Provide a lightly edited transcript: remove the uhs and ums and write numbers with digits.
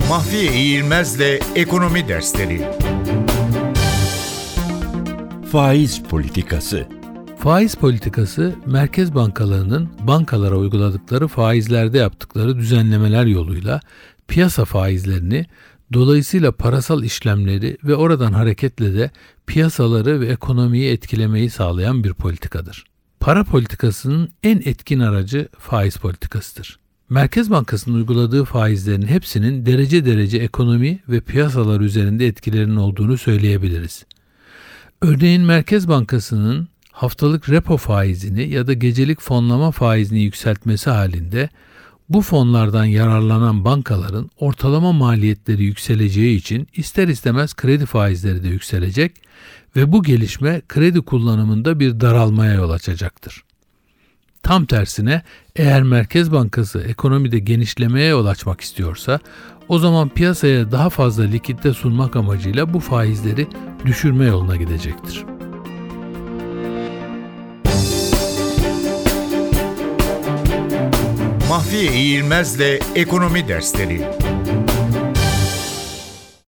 Mahfiye İğilmez'le Ekonomi Dersleri. Faiz politikası. Faiz politikası, merkez bankalarının bankalara uyguladıkları faizlerde yaptıkları düzenlemeler yoluyla piyasa faizlerini, dolayısıyla parasal işlemleri ve oradan hareketle de piyasaları ve ekonomiyi etkilemeyi sağlayan bir politikadır. Para politikasının en etkin aracı faiz politikasıdır. Merkez Bankası'nın uyguladığı faizlerin hepsinin derece derece ekonomi ve piyasalar üzerinde etkilerinin olduğunu söyleyebiliriz. Örneğin Merkez Bankası'nın haftalık repo faizini ya da gecelik fonlama faizini yükseltmesi halinde bu fonlardan yararlanan bankaların ortalama maliyetleri yükseleceği için ister istemez kredi faizleri de yükselecek ve bu gelişme kredi kullanımında bir daralmaya yol açacaktır. Tam tersine eğer Merkez Bankası ekonomide genişlemeye yol açmak istiyorsa o zaman piyasaya daha fazla likidite sunmak amacıyla bu faizleri düşürme yoluna gidecektir. Mahfiye İğilmez'le Ekonomi Dersleri.